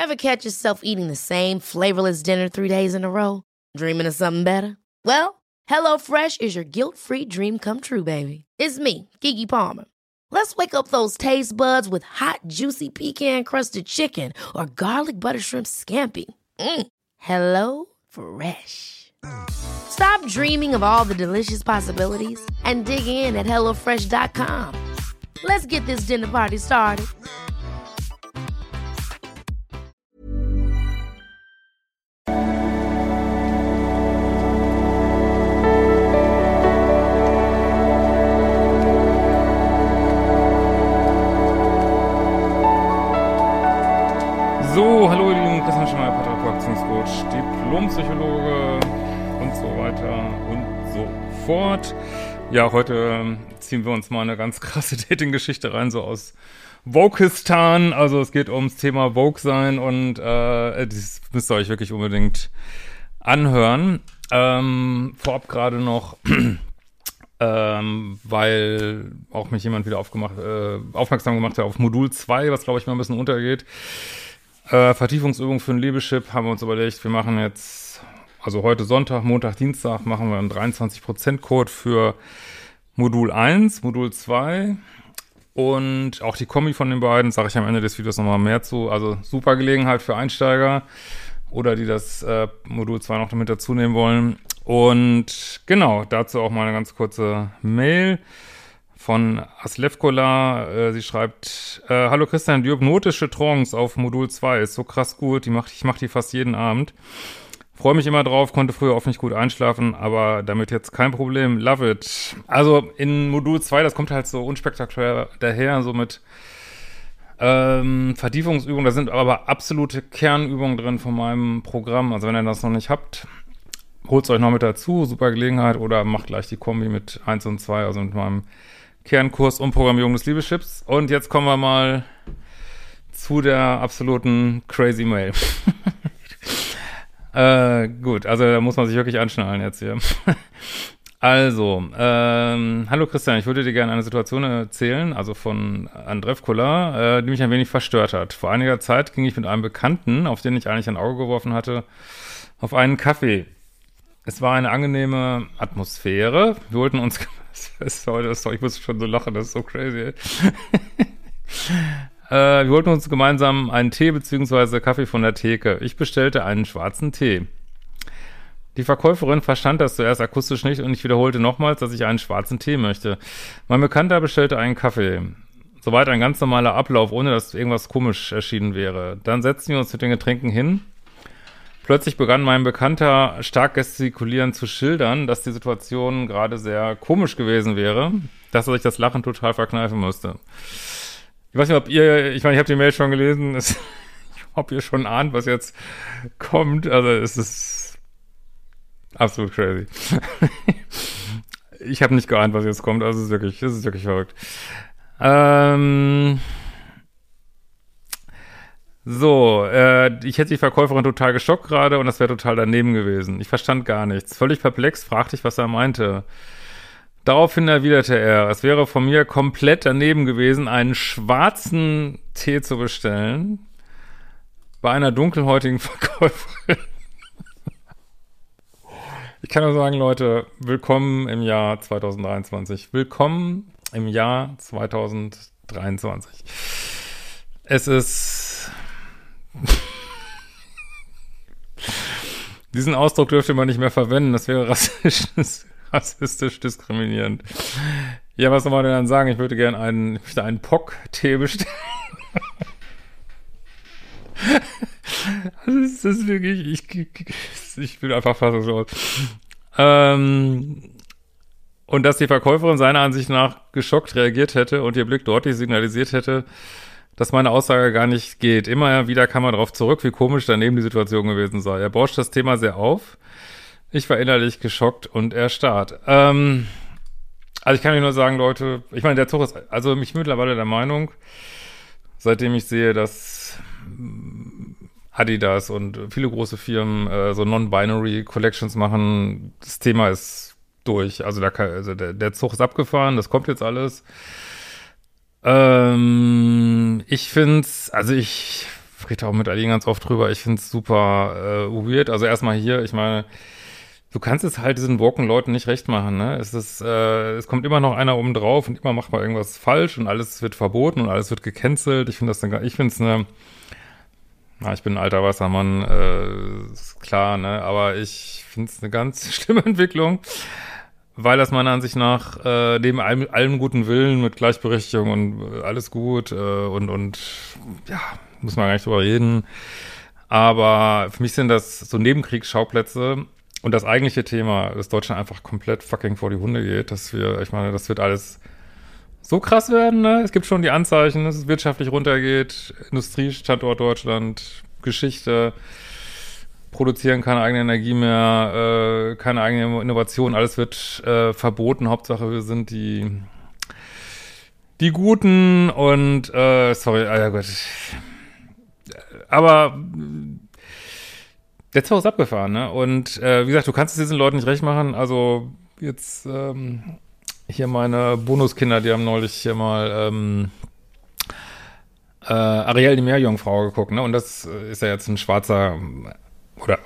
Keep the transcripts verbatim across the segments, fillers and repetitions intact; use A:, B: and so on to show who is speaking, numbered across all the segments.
A: Ever catch yourself eating the same flavorless dinner three days in a row? Dreaming of something better? Well, HelloFresh is your guilt-free dream come true, baby. It's me, Keke Palmer. Let's wake up those taste buds with hot, juicy pecan-crusted chicken or garlic butter shrimp scampi. Mm. Hello Fresh. Stop dreaming of all the delicious possibilities and dig in at hello fresh dot com. Let's get this dinner party started.
B: So, hallo ihr Lieben, Christian Schemeier, Paartherapie-Coach, Diplompsychologe und so weiter und so fort. Ja, heute ziehen wir uns mal eine ganz krasse Dating-Geschichte rein, so aus Vokistan. Also es geht ums Thema Vogue sein und äh, das müsst ihr euch wirklich unbedingt anhören. Ähm, vorab gerade noch, ähm, weil auch mich jemand wieder aufgemacht, äh, aufmerksam gemacht hat auf Modul zwei, was glaube ich mal ein bisschen untergeht. Äh, Vertiefungsübung für ein Liebeschip haben wir uns überlegt, wir machen jetzt, also heute Sonntag, Montag, Dienstag machen wir einen dreiundzwanzig Prozent Code für Modul eins, Modul zwei und auch die Kombi von den beiden, sage ich am Ende des Videos nochmal mehr zu, also super Gelegenheit für Einsteiger oder die das äh, Modul zwei noch damit dazu nehmen wollen und genau, dazu auch mal eine ganz kurze Mail von Aslevkola. Äh, sie schreibt, äh, hallo Christian, die hypnotische Trance auf Modul zwei ist so krass gut, die mach, ich mache die fast jeden Abend. Freue mich immer drauf, konnte früher oft nicht gut einschlafen, aber damit jetzt kein Problem, love it. Also in Modul zwei, das kommt halt so unspektakulär daher, so mit ähm, Vertiefungsübungen, da sind aber absolute Kernübungen drin von meinem Programm, also wenn ihr das noch nicht habt, holt es euch noch mit dazu, super Gelegenheit, oder macht gleich die Kombi mit eins und zwei, also mit meinem Kernkurs Umprogrammierung des Liebeschips. Und jetzt kommen wir mal zu der absoluten crazy Mail. äh, gut, also da muss man sich wirklich anschnallen jetzt hier. Also, ähm, hallo Christian, ich würde dir gerne eine Situation erzählen, also von Andrevkola, äh, die mich ein wenig verstört hat. Vor einiger Zeit ging ich mit einem Bekannten, auf den ich eigentlich ein Auge geworfen hatte, auf einen Kaffee. Es war eine angenehme Atmosphäre. Wir wollten uns, das ist heute, das ist, ich muss schon so lachen, das ist so crazy. äh, wir wollten uns gemeinsam einen Tee bzw. Kaffee von der Theke. Ich bestellte einen schwarzen Tee. Die Verkäuferin verstand das zuerst akustisch nicht und ich wiederholte nochmals, dass ich einen schwarzen Tee möchte. Mein Bekannter bestellte einen Kaffee. Soweit ein ganz normaler Ablauf, ohne dass irgendwas komisch erschienen wäre. Dann setzten wir uns mit den Getränken hin. Plötzlich begann mein Bekannter stark gestikulierend zu schildern, dass die Situation gerade sehr komisch gewesen wäre, dass er sich das Lachen total verkneifen musste. Ich weiß nicht, ob ihr, ich meine, ich habe die Mail schon gelesen, es, ob ihr schon ahnt, was jetzt kommt. Also es ist absolut crazy. Ich habe nicht geahnt, was jetzt kommt, also es ist wirklich, es ist wirklich verrückt. Ähm... So, äh, ich hätte die Verkäuferin total geschockt gerade und das wäre total daneben gewesen. Ich verstand gar nichts. Völlig perplex fragte ich, was er meinte. Daraufhin erwiderte er, es wäre von mir komplett daneben gewesen, einen schwarzen Tee zu bestellen bei einer dunkelhäutigen Verkäuferin. Ich kann nur sagen, Leute, willkommen im Jahr zwanzig dreiundzwanzig. Willkommen im Jahr zwanzig dreiundzwanzig. Es ist... Diesen Ausdruck dürfte man nicht mehr verwenden, das wäre rassistisch, rassistisch diskriminierend. Ja, was soll man denn dann sagen? Ich würde gerne einen, ich möchte einen P O C-Tee bestellen. Das ist, das ist wirklich, ich, ich bin einfach fassungslos. Ähm, und dass die Verkäuferin seiner Ansicht nach geschockt reagiert hätte und ihr Blick deutlich signalisiert hätte, dass meine Aussage gar nicht geht. Immer wieder kam er darauf zurück, wie komisch daneben die Situation gewesen sei. Er bauscht das Thema sehr auf. Ich war innerlich geschockt und erstarrt. Ähm, also ich kann euch nur sagen, Leute, ich meine, der Zug ist, also mich mittlerweile der Meinung, seitdem ich sehe, dass Adidas und viele große Firmen äh, so Non-Binary Collections machen, das Thema ist durch. Also, da kann, also der, der Zug ist abgefahren, das kommt jetzt alles. Ähm, ich find's, also ich spricht auch mit Aline ganz oft drüber. Ich finde es super äh, weird. Also erstmal hier, ich meine, du kannst es halt diesen woken Leuten nicht recht machen, ne? Es ist, äh, es kommt immer noch einer oben drauf und immer macht man irgendwas falsch und alles wird verboten und alles wird gecancelt. Ich finde das dann, ich finde es eine, na, ich bin ein alter weißer Mann, äh, ist klar, ne? Aber ich finde es eine ganz schlimme Entwicklung, weil das meiner Ansicht nach äh, neben allem, allem guten Willen mit Gleichberechtigung und äh, alles gut äh, und, und ja, muss man gar nicht drüber reden. Aber für mich sind das so Nebenkriegsschauplätze und das eigentliche Thema, dass Deutschland einfach komplett fucking vor die Hunde geht, dass wir, ich meine, das wird alles so krass werden, ne? Es gibt schon die Anzeichen, dass es wirtschaftlich runtergeht, Industriestandort Deutschland, Geschichte, produzieren keine eigene Energie mehr, äh, keine eigene Innovation, alles wird äh, verboten, Hauptsache wir sind die die Guten und, äh, sorry, ah ja Gott. Aber der Zug ist abgefahren, ne? Und äh, wie gesagt, du kannst es diesen Leuten nicht recht machen. Also jetzt ähm, hier meine Bonuskinder, die haben neulich hier mal ähm, äh, Ariel die Meerjungfrau geguckt, ne? Und das ist ja jetzt ein schwarzer oder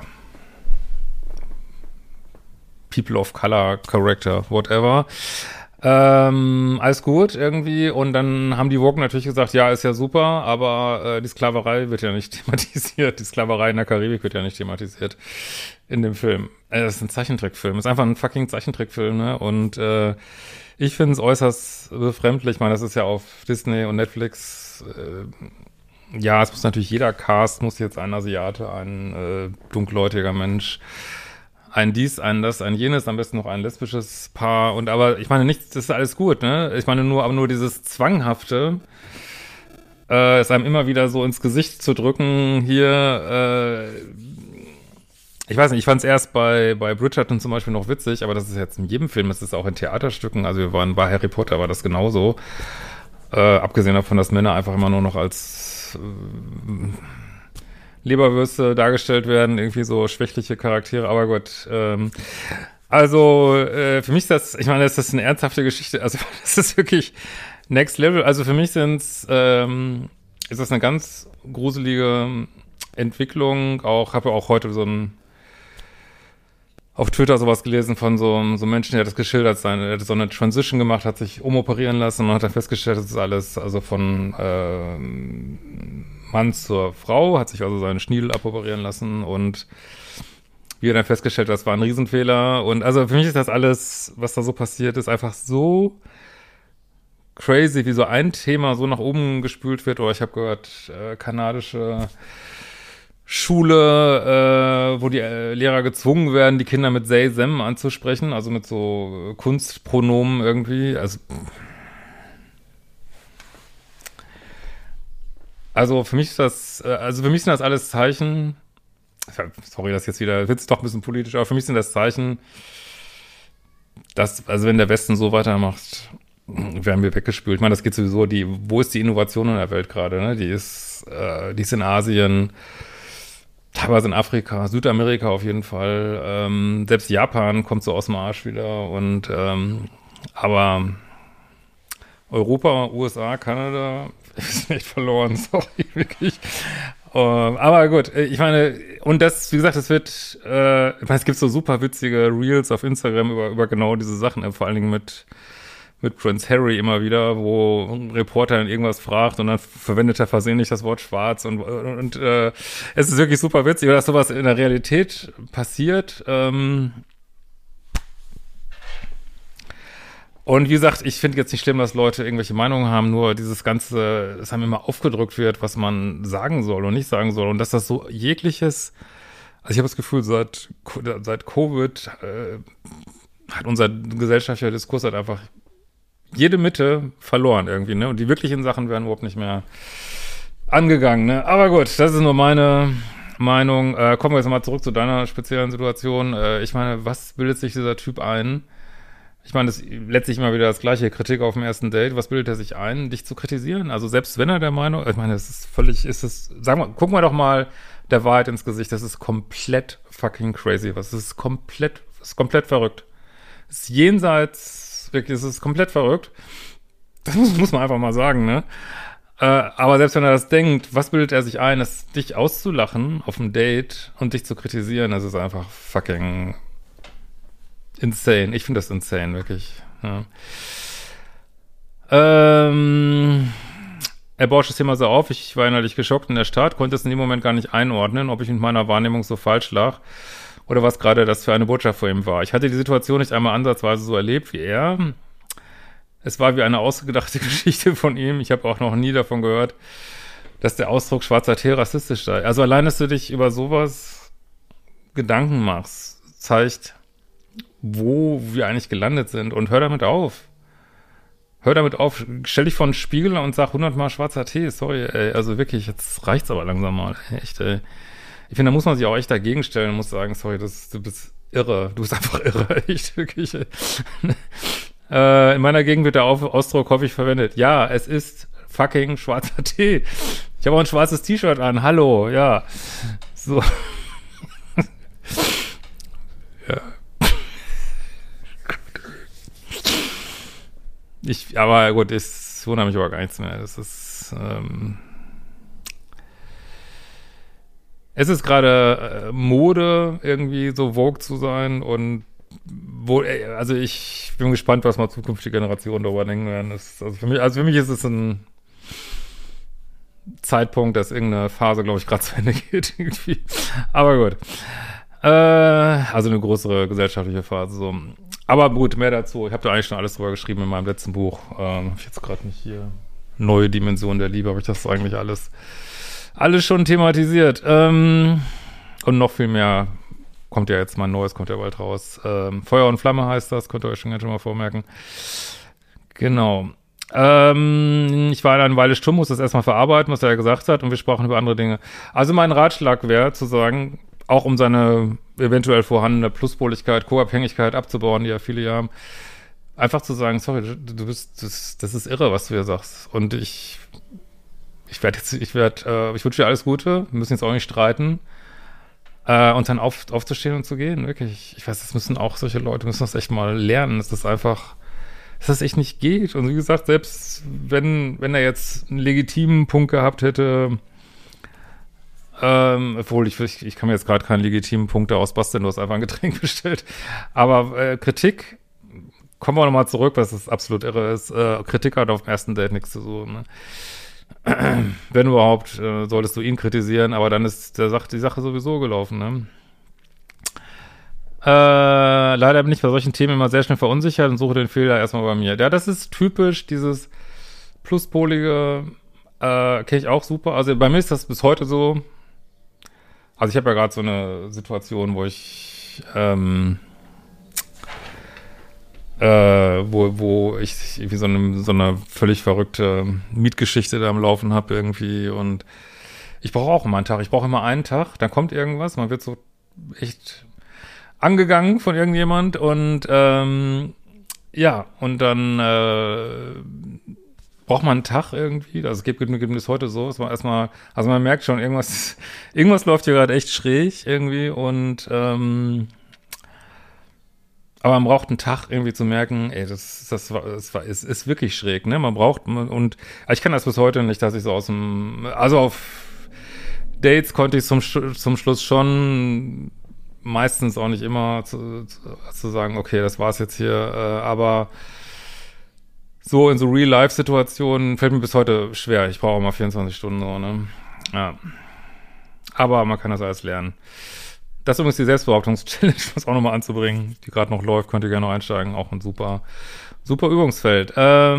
B: People of Color Character, whatever. Ähm, alles gut irgendwie und dann haben die Woken natürlich gesagt, ja, ist ja super, aber äh, die Sklaverei wird ja nicht thematisiert, die Sklaverei in der Karibik wird ja nicht thematisiert in dem Film. Äh, das ist ein Zeichentrickfilm, das ist einfach ein fucking Zeichentrickfilm, ne, und äh, ich finde es äußerst befremdlich, ich meine, das ist ja auf Disney und Netflix, äh, ja, es muss natürlich jeder Cast, muss jetzt ein Asiate, ein äh, dunkelhäutiger Mensch, ein dies, ein das, ein jenes, am besten noch ein lesbisches Paar und aber ich meine nichts, das ist alles gut, ne? Ich meine nur, aber nur dieses Zwanghafte, äh, es einem immer wieder so ins Gesicht zu drücken, hier, äh, ich weiß nicht, ich fand es erst bei, bei Bridgerton zum Beispiel noch witzig, aber das ist jetzt in jedem Film, das ist auch in Theaterstücken, also wir waren bei Harry Potter, war das genauso, äh, abgesehen davon, dass Männer einfach immer nur noch als äh, Leberwürste dargestellt werden, irgendwie so schwächliche Charaktere, aber gut. Ähm, also äh, für mich ist das, ich meine, das ist eine ernsthafte Geschichte, also das ist wirklich Next Level. Also für mich sind's, ähm, ist das eine ganz gruselige Entwicklung. Auch habe auch heute so ein auf Twitter sowas gelesen von so so Menschen, der hat das geschildert, seine, der hat so eine Transition gemacht, hat sich umoperieren lassen und hat dann festgestellt, das ist alles, also von äh, Mann zur Frau, hat sich also seinen Schniedel aboperieren lassen und wie er dann festgestellt hat, das war ein Riesenfehler. Und also für mich ist das alles, was da so passiert ist, einfach so crazy, wie so ein Thema so nach oben gespült wird. Oder ich habe gehört, äh, kanadische Schule, äh, wo die äh, Lehrer gezwungen werden, die Kinder mit they, them anzusprechen, also mit so Kunstpronomen irgendwie. Also Also für mich ist das, also für mich sind das alles Zeichen, sorry, das ist jetzt wieder, wird's doch ein bisschen politisch, aber für mich sind das Zeichen, dass, also wenn der Westen so weitermacht, werden wir weggespült. Ich meine, das geht sowieso, die, wo ist die Innovation in der Welt gerade, ne? Die ist, äh, die ist in Asien, teilweise in Afrika, Südamerika auf jeden Fall, ähm, selbst Japan kommt so aus dem Arsch wieder und, ähm, aber Europa, U S A, Kanada, wir sind echt verloren, sorry, wirklich. Uh, aber gut, ich meine, und das, wie gesagt, es wird, äh, ich meine, es gibt so super witzige Reels auf Instagram über, über genau diese Sachen, vor allen Dingen mit, mit Prince Harry immer wieder, wo ein Reporter dann irgendwas fragt und dann verwendet er versehentlich das Wort schwarz und, und, und äh, es ist wirklich super witzig, dass sowas in der Realität passiert, ähm, und wie gesagt, ich finde jetzt nicht schlimm, dass Leute irgendwelche Meinungen haben, nur dieses Ganze, es einem immer aufgedrückt wird, was man sagen soll und nicht sagen soll. Und dass das so jegliches, also ich habe das Gefühl, seit, seit Covid äh, hat unser gesellschaftlicher Diskurs halt einfach jede Mitte verloren irgendwie, ne? Und die wirklichen Sachen werden überhaupt nicht mehr angegangen, ne? Aber gut, das ist nur meine Meinung. Äh, kommen wir jetzt mal zurück zu deiner speziellen Situation. Äh, ich meine, was bildet sich dieser Typ ein? Ich meine, das ist letztlich immer wieder das gleiche, Kritik auf dem ersten Date. Was bildet er sich ein, dich zu kritisieren? Also selbst wenn er der Meinung, ich meine, es ist völlig, ist es, sagen wir, gucken wir doch mal der Wahrheit ins Gesicht. Das ist komplett fucking crazy. Was ist komplett, ist komplett verrückt. Es ist jenseits, wirklich, es ist komplett verrückt. Das muss, muss man einfach mal sagen, ne? Äh, aber selbst wenn er das denkt, was bildet er sich ein, das, dich auszulachen auf dem Date und dich zu kritisieren, das ist einfach fucking insane. Ich finde das insane, wirklich. Ja. Ähm, er bauscht das Thema so auf, ich war innerlich geschockt in der Stadt, konnte es in dem Moment gar nicht einordnen, ob ich mit meiner Wahrnehmung so falsch lag oder was gerade das für eine Botschaft vor ihm war. Ich hatte die Situation nicht einmal ansatzweise so erlebt wie er. Es war wie eine ausgedachte Geschichte von ihm. Ich habe auch noch nie davon gehört, dass der Ausdruck schwarzer Tee rassistisch sei. Also allein, dass du dich über sowas Gedanken machst, zeigt, wo wir eigentlich gelandet sind. Und hör damit auf. Hör damit auf. Stell dich vor einen Spiegel und sag hundertmal schwarzer Tee. Sorry, ey. Also wirklich, jetzt reicht's aber langsam mal. Echt, ey. Ich finde, da muss man sich auch echt dagegen stellen und muss sagen, sorry, das, du bist irre. Du bist einfach irre. Echt, wirklich. Äh, in meiner Gegend wird der Auf- Ausdruck häufig verwendet. Ja, es ist fucking schwarzer Tee. Ich habe auch ein schwarzes T-Shirt an. Hallo, ja. So. Ja. Ich, aber gut, ich wundere mich aber gar nichts mehr. Das ist, ähm, es ist gerade äh, Mode, irgendwie so Vogue zu sein und wo, also ich bin gespannt, was mal zukünftige Generationen darüber denken werden. Das, also, für mich, also für mich ist es ein Zeitpunkt, dass irgendeine Phase, glaube ich, gerade zu Ende geht. Irgendwie. Aber gut. Äh, also eine größere gesellschaftliche Phase. So. Aber gut, mehr dazu. Ich habe da eigentlich schon alles drüber geschrieben in meinem letzten Buch. Ähm, habe ich jetzt gerade nicht hier. Neue Dimension der Liebe, habe ich das eigentlich alles, alles schon thematisiert. Ähm, und noch viel mehr. Kommt ja jetzt mal ein neues, kommt ja bald raus. Ähm, Feuer und Flamme heißt das, könnt ihr euch schon ganz schon mal vormerken. Genau. Ähm, ich war eine Weile stumm, muss das erstmal verarbeiten, was er ja gesagt hat, und wir sprachen über andere Dinge. Also mein Ratschlag wäre, zu sagen, auch um seine eventuell vorhandene Pluspoligkeit, Co-Abhängigkeit abzubauen, die ja viele ja haben, einfach zu sagen, sorry, du bist, das, das ist irre, was du hier sagst. Und ich, ich werde jetzt, ich werde, äh, ich wünsche dir alles Gute, wir müssen jetzt auch nicht streiten. Äh, und dann auf, aufzustehen und zu gehen, wirklich. Ich weiß, das müssen auch solche Leute, müssen das echt mal lernen, dass das einfach, dass das echt nicht geht. Und wie gesagt, selbst wenn, wenn er jetzt einen legitimen Punkt gehabt hätte, ähm, obwohl ich, ich, ich kann mir jetzt gerade keinen legitimen Punkt daraus basteln, du hast einfach ein Getränk bestellt. Aber äh, Kritik, kommen wir nochmal zurück, was das absolut irre ist, äh, Kritik hat auf dem ersten Date nichts zu suchen, ne? Wenn überhaupt, äh, solltest du ihn kritisieren, aber dann ist der Sache, die Sache sowieso gelaufen, ne? Äh, leider bin ich bei solchen Themen immer sehr schnell verunsichert und suche den Fehler erstmal bei mir. Ja, das ist typisch, dieses Pluspolige, äh, kenne ich auch super. Also bei mir ist das bis heute so. Also ich habe ja gerade so eine Situation, wo ich, ähm, Äh, wo, wo ich irgendwie so eine, so eine völlig verrückte Mietgeschichte da am Laufen habe irgendwie und ich brauche auch immer einen Tag. Ich brauche immer einen Tag, dann kommt irgendwas, man wird so echt angegangen von irgendjemand und ähm, ja, und dann äh, braucht man einen Tag irgendwie. Also es gibt, gibt, gibt es heute so, es war erstmal, also man merkt schon, irgendwas, irgendwas läuft hier gerade echt schräg irgendwie und ähm, aber man braucht einen Tag irgendwie zu merken, ey, das, das war, das war, ist, ist wirklich schräg, ne? Man braucht, und ich kann das bis heute nicht, dass ich so aus dem, also auf Dates konnte ich zum, zum Schluss schon, meistens auch nicht immer, zu, zu, zu sagen, okay, das war's jetzt hier, äh, aber so in so Real-Life-Situationen fällt mir bis heute schwer. Ich brauche immer vierundzwanzig Stunden so, ne? Ja. Aber man kann das alles lernen. Das ist übrigens die Selbstbehauptungs-Challenge, was auch nochmal anzubringen, die gerade noch läuft, könnt ihr gerne noch einsteigen. Auch ein super, super Übungsfeld.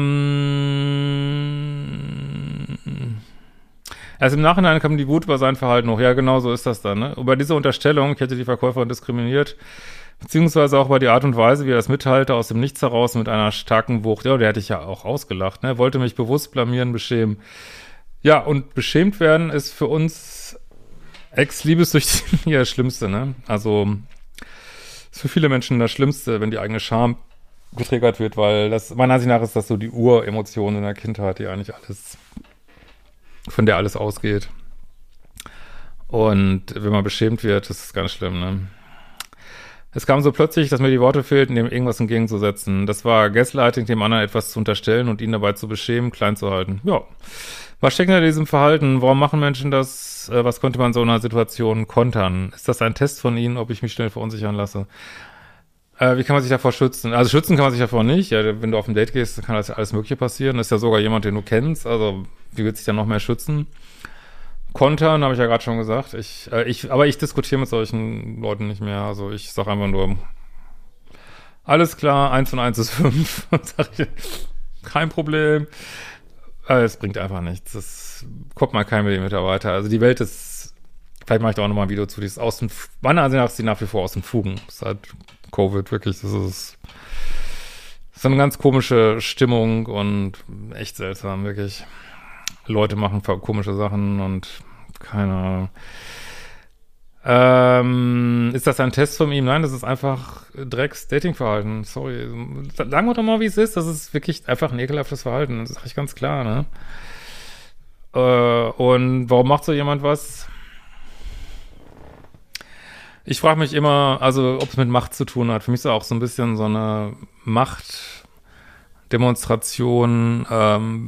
B: Ähm, erst im Nachhinein kam die Wut über sein Verhalten hoch. Ja, genau so ist das dann, ne? Über diese Unterstellung, ich hätte die Verkäuferin diskriminiert, beziehungsweise auch über die Art und Weise, wie er das mitteilte, aus dem Nichts heraus mit einer starken Wucht. Ja, der hätte ich ja auch ausgelacht, ne? Wollte mich bewusst blamieren, beschämen. Ja, und beschämt werden ist für uns Ex-Liebessüchtigen ja das Schlimmste, ne? Also ist für viele Menschen das Schlimmste, wenn die eigene Scham getriggert wird, weil das, meiner Ansicht nach ist das so die Uremotion in der Kindheit, die eigentlich alles, von der alles ausgeht. Und wenn man beschämt wird, ist es ganz schlimm, ne? Es kam so plötzlich, dass mir die Worte fehlten, dem irgendwas entgegenzusetzen. Das war Gaslighting, dem anderen etwas zu unterstellen und ihn dabei zu beschämen, klein zu halten. Ja. Was steckt hinter diesem Verhalten? Warum machen Menschen das? Was könnte man so in einer Situation kontern? Ist das ein Test von ihnen, ob ich mich schnell verunsichern lasse? Äh, wie kann man sich davor schützen? Also schützen kann man sich davor nicht. Ja, wenn du auf ein Date gehst, kann das ja alles Mögliche passieren. Das ist ja sogar jemand, den du kennst. Also wie wird sich dann noch mehr schützen? Kontern, habe ich ja gerade schon gesagt. Ich, äh, ich, aber ich diskutiere mit solchen Leuten nicht mehr. Also ich sage einfach nur, alles klar, eins und eins ist fünf. Und sage ich, kein Problem. Äh, es bringt einfach nichts. Das kommt mal kein Millimeter weiter. Also die Welt ist, vielleicht mache ich da auch nochmal ein Video zu, die ist aus den, meiner Ansicht nach ist die nach wie vor aus den Fugen. Seit Covid wirklich, das ist so eine ganz komische Stimmung und echt seltsam, wirklich. Leute machen komische Sachen und keine Ahnung. Ähm, ist das ein Test von ihm? Nein, das ist einfach Drecks-Dating-Verhalten. Sorry. Sagen wir doch mal, wie es ist. Das ist wirklich einfach ein ekelhaftes Verhalten. Das sage ich ganz klar, ne? Äh, und warum macht so jemand was? Ich frage mich immer, also ob es mit Macht zu tun hat. Für mich ist es auch so ein bisschen so eine Machtdemonstration. Ähm,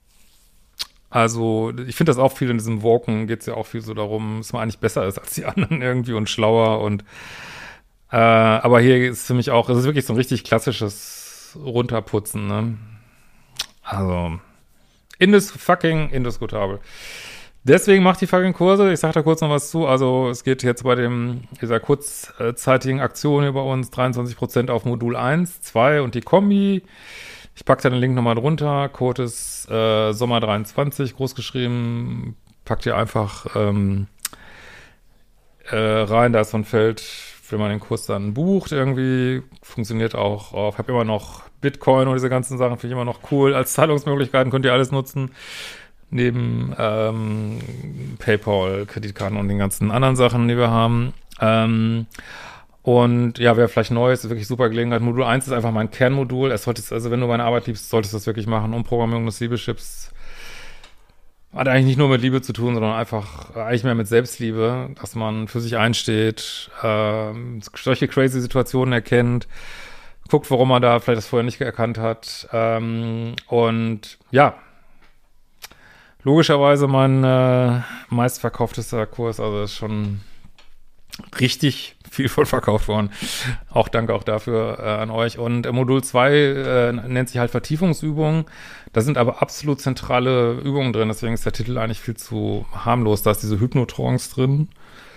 B: also ich finde das auch viel in diesem Woken, geht es ja auch viel so darum, dass man eigentlich besser ist als die anderen irgendwie und schlauer. Und äh, aber hier ist für mich auch, es ist wirklich so ein richtig klassisches Runterputzen, ne? Also indis fucking indiskutabel. Deswegen macht die fucking Kurse. Ich sage da kurz noch was zu. Also es geht jetzt bei dem dieser kurzzeitigen Aktion hier bei uns dreiundzwanzig Prozent auf Modul eins, zwei und die Kombi. Ich packe da den Link nochmal drunter. Code ist äh, Sommer dreiundzwanzig, groß geschrieben. Packt ihr einfach ähm, äh, rein. Da ist so ein Feld, wenn man den Kurs dann bucht irgendwie. Funktioniert auch auf. Ich habe immer noch Bitcoin und diese ganzen Sachen. Finde ich immer noch cool. Als Zahlungsmöglichkeiten könnt ihr alles nutzen. Neben ähm, PayPal, Kreditkarten und den ganzen anderen Sachen, die wir haben. Ähm, und ja, wer vielleicht neu ist, ist wirklich super Gelegenheit. Modul eins ist einfach mein Kernmodul. Es solltest, also wenn du meine Arbeit liebst, solltest du das wirklich machen. Umprogrammierung des Liebeschips hat eigentlich nicht nur mit Liebe zu tun, sondern einfach eigentlich mehr mit Selbstliebe, dass man für sich einsteht, äh, solche crazy Situationen erkennt, guckt, warum man da vielleicht das vorher nicht erkannt hat. Ähm, und ja, logischerweise mein äh, meistverkauftester Kurs, also ist schon richtig viel von verkauft worden. Auch danke auch dafür äh, an euch. Und äh, Modul zwei äh, nennt sich halt Vertiefungsübungen. Da sind aber absolut zentrale Übungen drin, deswegen ist der Titel eigentlich viel zu harmlos. Da ist diese Hypnotrance drin.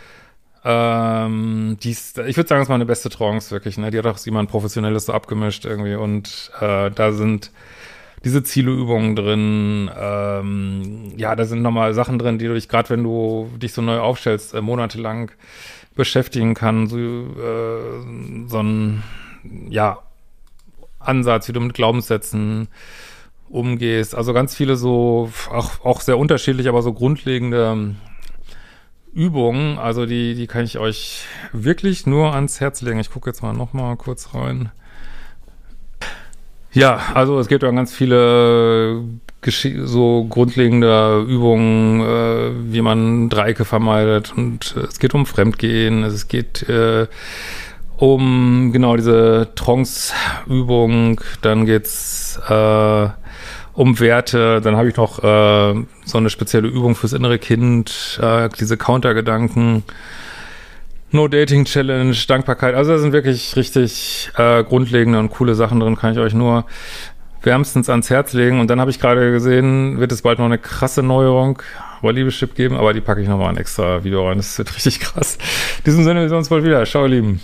B: Ähm, die ist, ich würde sagen, das ist meine beste Trance wirklich. Ne? Die hat auch jemand Professionelles so abgemischt irgendwie. Und äh, da sind diese Zieleübungen drin, ähm, ja, da sind nochmal Sachen drin, die du dich, gerade wenn du dich so neu aufstellst, äh, monatelang beschäftigen kann, so, äh, so ein, ja, Ansatz, wie du mit Glaubenssätzen umgehst, also ganz viele so, auch, auch sehr unterschiedlich, aber so grundlegende Übungen, also die, die kann ich euch wirklich nur ans Herz legen. Ich gucke jetzt mal nochmal kurz rein. Ja, also es gibt ja ganz viele Gesch- so grundlegende Übungen, äh, wie man Dreiecke vermeidet, und äh, es geht um Fremdgehen, es geht äh, um genau diese Trance-Übung, dann geht's äh, um Werte, dann habe ich noch äh, so eine spezielle Übung fürs innere Kind, äh, diese Countergedanken, No-Dating-Challenge, Dankbarkeit, also da sind wirklich richtig äh, grundlegende und coole Sachen drin, kann ich euch nur wärmstens ans Herz legen. Und dann habe ich gerade gesehen, wird es bald noch eine krasse Neuerung bei Liebeschip geben, aber die packe ich nochmal ein extra Video rein, das wird richtig krass. In diesem Sinne, wir sehen uns bald wieder. Ciao, ihr Lieben.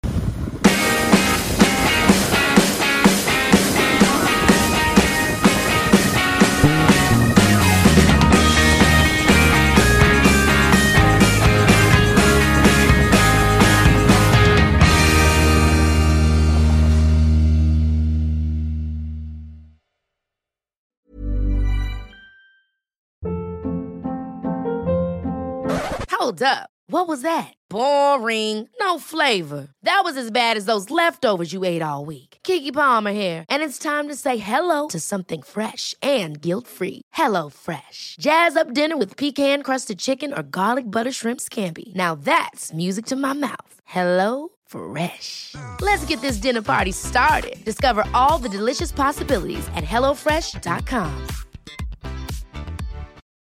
A: Hold up. What was that? Boring. No flavor. That was as bad as those leftovers you ate all week. Keke Palmer here. And it's time to say hello to something fresh and guilt-free. Hello Fresh. Jazz up dinner with pecan-crusted chicken or garlic butter shrimp scampi. Now that's music to my mouth. Hello Fresh. Let's get this dinner party started. Discover all the delicious possibilities at hello fresh dot com.